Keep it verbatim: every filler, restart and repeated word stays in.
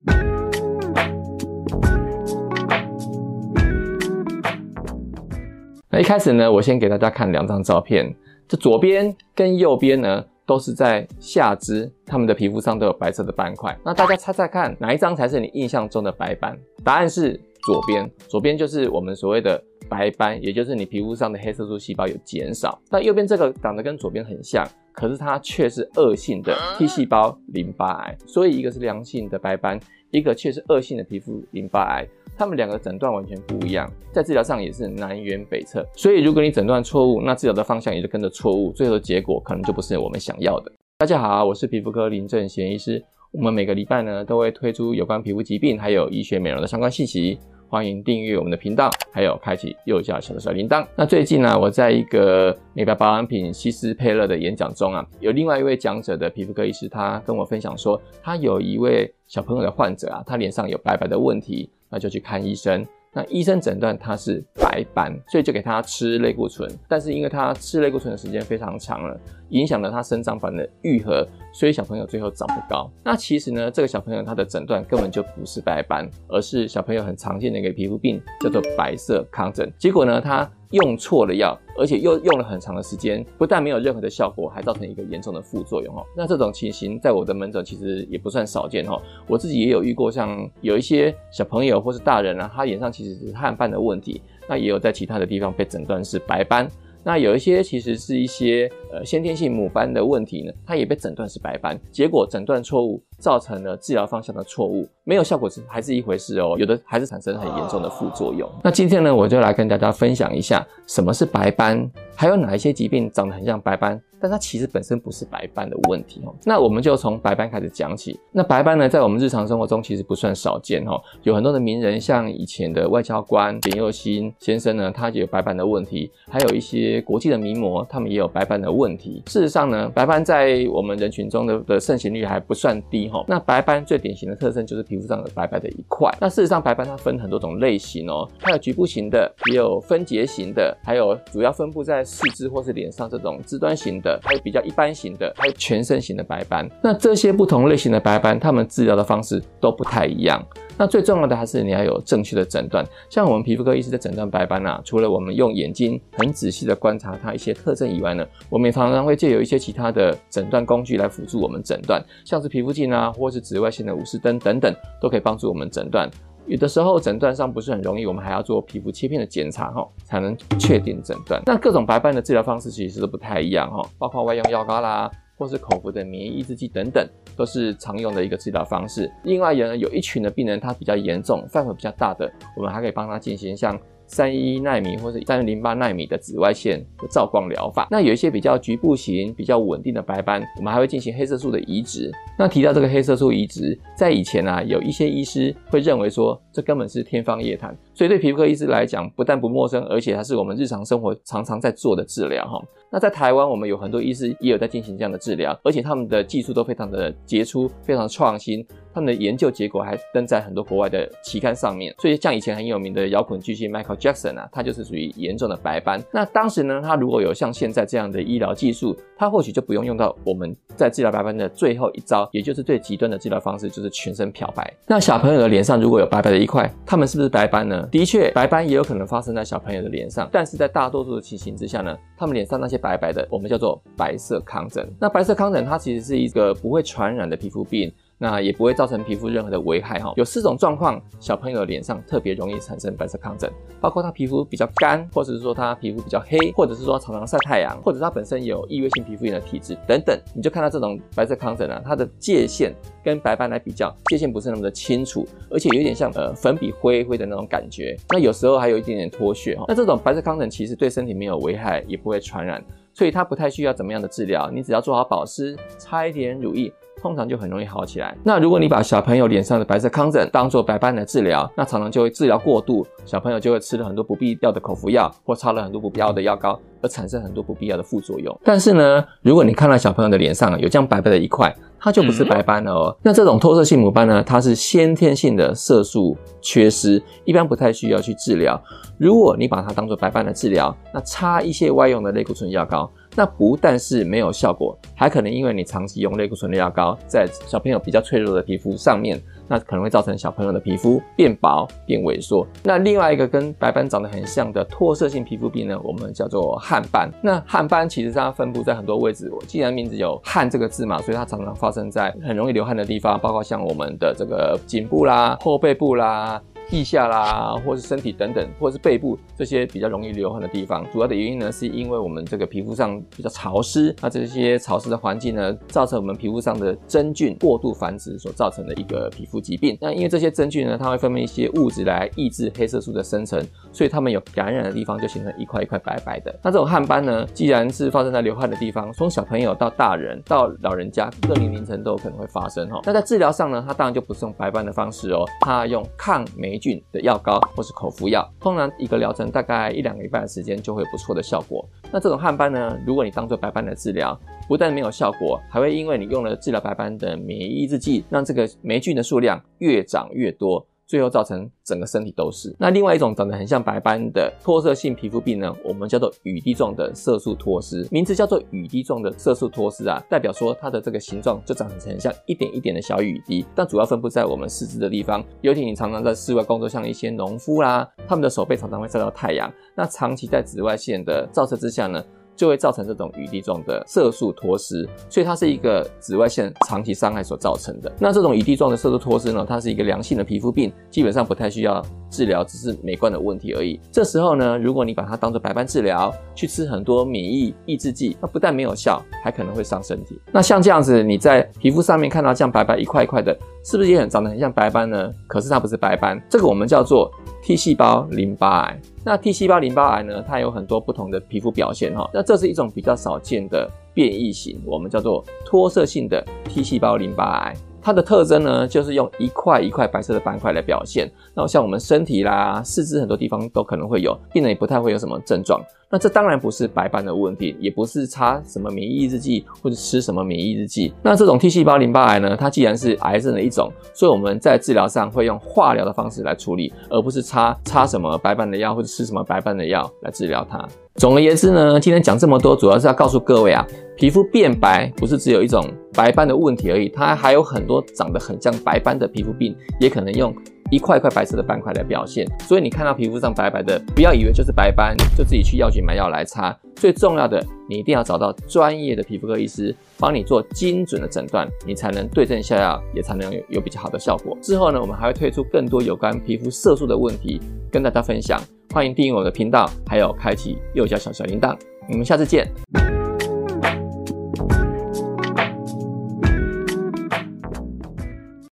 那一开始呢，我先给大家看两张照片，这左边跟右边呢都是在下肢，他们的皮肤上都有白色的斑块。那大家猜猜看，哪一张才是你印象中的白斑？答案是左边，左边就是我们所谓的白斑，也就是你皮肤上的黑色素细胞有减少。那右边这个长得跟左边很像，可是它却是恶性的 T 细胞淋巴癌。所以一个是良性的白斑，一个却是恶性的皮肤淋巴癌。他们两个诊断完全不一样，在治疗上也是南辕北辙。所以如果你诊断错误，那治疗的方向也就跟着错误，最后的结果可能就不是我们想要的。大家好，我是皮肤科林正贤医师。我们每个礼拜呢都会推出有关皮肤疾病还有医学美容的相关信息，欢迎订阅我们的频道，还有开启右下角的小铃铛。那最近呢，我在一个美白保养品西施佩勒的演讲中啊，有另外一位讲者的皮肤科医师，他跟我分享说，他有一位小朋友的患者啊，他脸上有白白的问题，那就去看医生。那医生诊断他是白斑，所以就给他吃类固醇，但是因为他吃类固醇的时间非常长了，影响了他生长板的愈合，所以小朋友最后长不高。那其实呢，这个小朋友他的诊断根本就不是白斑，而是小朋友很常见的一个皮肤病，叫做白色糠疹。结果呢，他用错了药，而且又用了很长的时间，不但没有任何的效果，还造成一个严重的副作用。那这种情形在我的门诊其实也不算少见，我自己也有遇过，像有一些小朋友或是大人啊，他脸上其实是汗斑的问题，那也有在其他的地方被诊断是白斑。那有一些其实是一些呃先天性母斑的问题呢，它也被诊断是白斑，结果诊断错误造成了治疗方向的错误，没有效果还是一回事哦，有的还是产生很严重的副作用。那今天呢，我就来跟大家分享一下什么是白斑，还有哪一些疾病长得很像白斑，但它其实本身不是白斑的问题哦。那我们就从白斑开始讲起。那白斑呢，在我们日常生活中其实不算少见哦，有很多的名人，像以前的外交官简又新先生呢，他也有白斑的问题，还有一些国际的名模，他们也有白斑的问题。事实上呢，白斑在我们人群中 的, 的盛行率还不算低哦。那白斑最典型的特征就是皮肤上有白白的一块。那事实上白斑它分很多种类型哦，它有局部型的，也有分节型的，还有主要分布在四肢或是脸上这种肢端型的，还有比较一般型的，还有全身型的白斑。那这些不同类型的白斑，它们治疗的方式都不太一样。那最重要的还是你要有正确的诊断。像我们皮肤科医师在诊断白斑啊，除了我们用眼睛很仔细的观察它一些特征以外呢，我们也常常会借由一些其他的诊断工具来辅助我们诊断，像是皮肤镜啊，或是紫外线的五视灯等等，都可以帮助我们诊断。有的时候诊断上不是很容易，我们还要做皮肤切片的检查才能确定诊断。那各种白斑的治疗方式其实都不太一样，包括外用药膏啦，或是口服的免疫抑制剂等等，都是常用的一个治疗方式。另外呢，有一群的病人他比较严重，范围比较大的，我们还可以帮他进行像三十一奈米或是三零八奈米的紫外线的照光疗法。那有一些比较局部型比较稳定的白斑，我们还会进行黑色素的移植。那提到这个黑色素移植，在以前啊，有一些医师会认为说这根本是天方夜谭，所以对皮肤科医师来讲不但不陌生，而且它是我们日常生活常常在做的治疗。那在台湾我们有很多医师也有在进行这样的治疗，而且他们的技术都非常的杰出，非常创新，他们的研究结果还登在很多国外的期刊上面。所以像以前很有名的摇滚巨星 Michael Jackson 啊，他就是属于严重的白斑。那当时呢，他如果有像现在这样的医疗技术，他或许就不用用到我们在治疗白斑的最后一招，也就是最极端的治疗方式，就是全身漂白。那小朋友的脸上如果有白白的一块，他们是不是白斑呢？的确，白斑也有可能发生在小朋友的脸上，但是在大多数的情形之下呢，他们脸上那些白白的，我们叫做白色糠疹。那白色糠疹它其实是一个不会传染的皮肤病，那也不会造成皮肤任何的危害。有四种状况，小朋友的脸上特别容易产生白色糠疹，包括他皮肤比较干，或者是说他皮肤比较黑，或者是说常常晒太阳，或者他本身有异位性皮肤炎的体质等等。你就看到这种白色糠疹啊，它的界限跟白斑来比较，界限不是那么的清楚，而且有一点像呃粉笔灰灰的那种感觉。那有时候还有一点点脱屑。那这种白色糠疹其实对身体没有危害，也不会传染，所以它不太需要怎么样的治疗，你只要做好保湿，擦一点乳液，通常就很容易好起来。那如果你把小朋友脸上的白色糠疹当作白斑来治疗，那常常就会治疗过度，小朋友就会吃了很多不必要的口服药，或擦了很多不必要的药膏，而产生很多不必要的副作用。但是呢，如果你看到小朋友的脸上有这样白白的一块，它就不是白斑了哦。那这种脱色性母斑呢，它是先天性的色素缺失，一般不太需要去治疗。如果你把它当作白斑的治疗，那擦一些外用的类固醇药膏， 那不但是没有效果，还可能因为你长期用类固醇的药膏在小朋友比较脆弱的皮肤上面，那可能会造成小朋友的皮肤变薄变萎缩。那另外一个跟白斑长得很像的脱色性皮肤病呢，我们叫做汗斑。那汗斑其实它分布在很多位置，既然名字有汗这个字嘛，所以它常常发生在很容易流汗的地方，包括像我们的这个颈部啦、后背部啦、腋下啦，或是身体等等，或是背部这些比较容易流汗的地方。主要的原因呢，是因为我们这个皮肤上比较潮湿，那这些潮湿的环境呢，造成我们皮肤上的真菌过度繁殖所造成的一个皮肤疾病。那因为这些真菌呢，它会分泌一些物质来抑制黑色素的生成，所以它们有感染的地方就形成一块一块白白的。那这种汗斑呢，既然是发生在流汗的地方，从小朋友到大人到老人家，各年龄层都有可能会发生。那在治疗上呢，它当然就不是用白斑的方式哦，它用抗霉菌的药膏或是口服药，通常一个疗程大概一两个礼拜的时间就会有不错的效果。那这种汗斑呢，如果你当做白斑的治疗，不但没有效果，还会因为你用了治疗白斑的免疫抑制剂，让这个霉菌的数量越长越多，最后造成整个身体都是。那另外一种长得很像白斑的脱色性皮肤病呢，我们叫做雨滴状的色素脱失。名字叫做雨滴状的色素脱失啊，代表说它的这个形状就长得很像一点一点的小雨滴，但主要分布在我们四肢的地方。尤其你常常在室外工作，像一些农夫啦，他们的手背常常会晒到太阳，那长期在紫外线的照射之下呢，就会造成这种雨滴状的色素脱失，所以它是一个紫外线长期伤害所造成的。那这种雨滴状的色素脱失呢，它是一个良性的皮肤病，基本上不太需要治疗，只是美观的问题而已。这时候呢，如果你把它当作白斑治疗，去吃很多免疫抑制剂，那不但没有效，还可能会伤身体。那像这样子，你在皮肤上面看到这样白白一块一块的，是不是也很长得很像白斑呢？可是它不是白斑，这个我们叫做 T 细胞淋巴癌。那 T 细胞淋巴癌呢，它有很多不同的皮肤表现哈。那这是一种比较少见的变异型，我们叫做脱色性的 T 细胞淋巴癌。它的特征呢，就是用一块一块白色的斑块来表现。那像我们身体啦、四肢很多地方都可能会有，病人也不太会有什么症状。那这当然不是白斑的问题，也不是擦什么免疫抑制剂或者吃什么免疫抑制剂。那这种 T 细胞淋巴癌呢，它既然是癌症的一种，所以我们在治疗上会用化疗的方式来处理，而不是擦擦什么白斑的药或者吃什么白斑的药来治疗它。总而言之呢，今天讲这么多，主要是要告诉各位啊，皮肤变白不是只有一种白斑的问题而已，它还有很多长得很像白斑的皮肤病，也可能用一块一块白色的斑块来表现。所以你看到皮肤上白白的，不要以为就是白斑，就自己去药局买药来擦。最重要的，你一定要找到专业的皮肤科医师帮你做精准的诊断，你才能对症下药，也才能有有比较好的效果。之后呢，我们还会推出更多有关皮肤色素的问题跟大家分享。欢迎订阅我的频道，还有开启右下角小铃铛。我们下次见。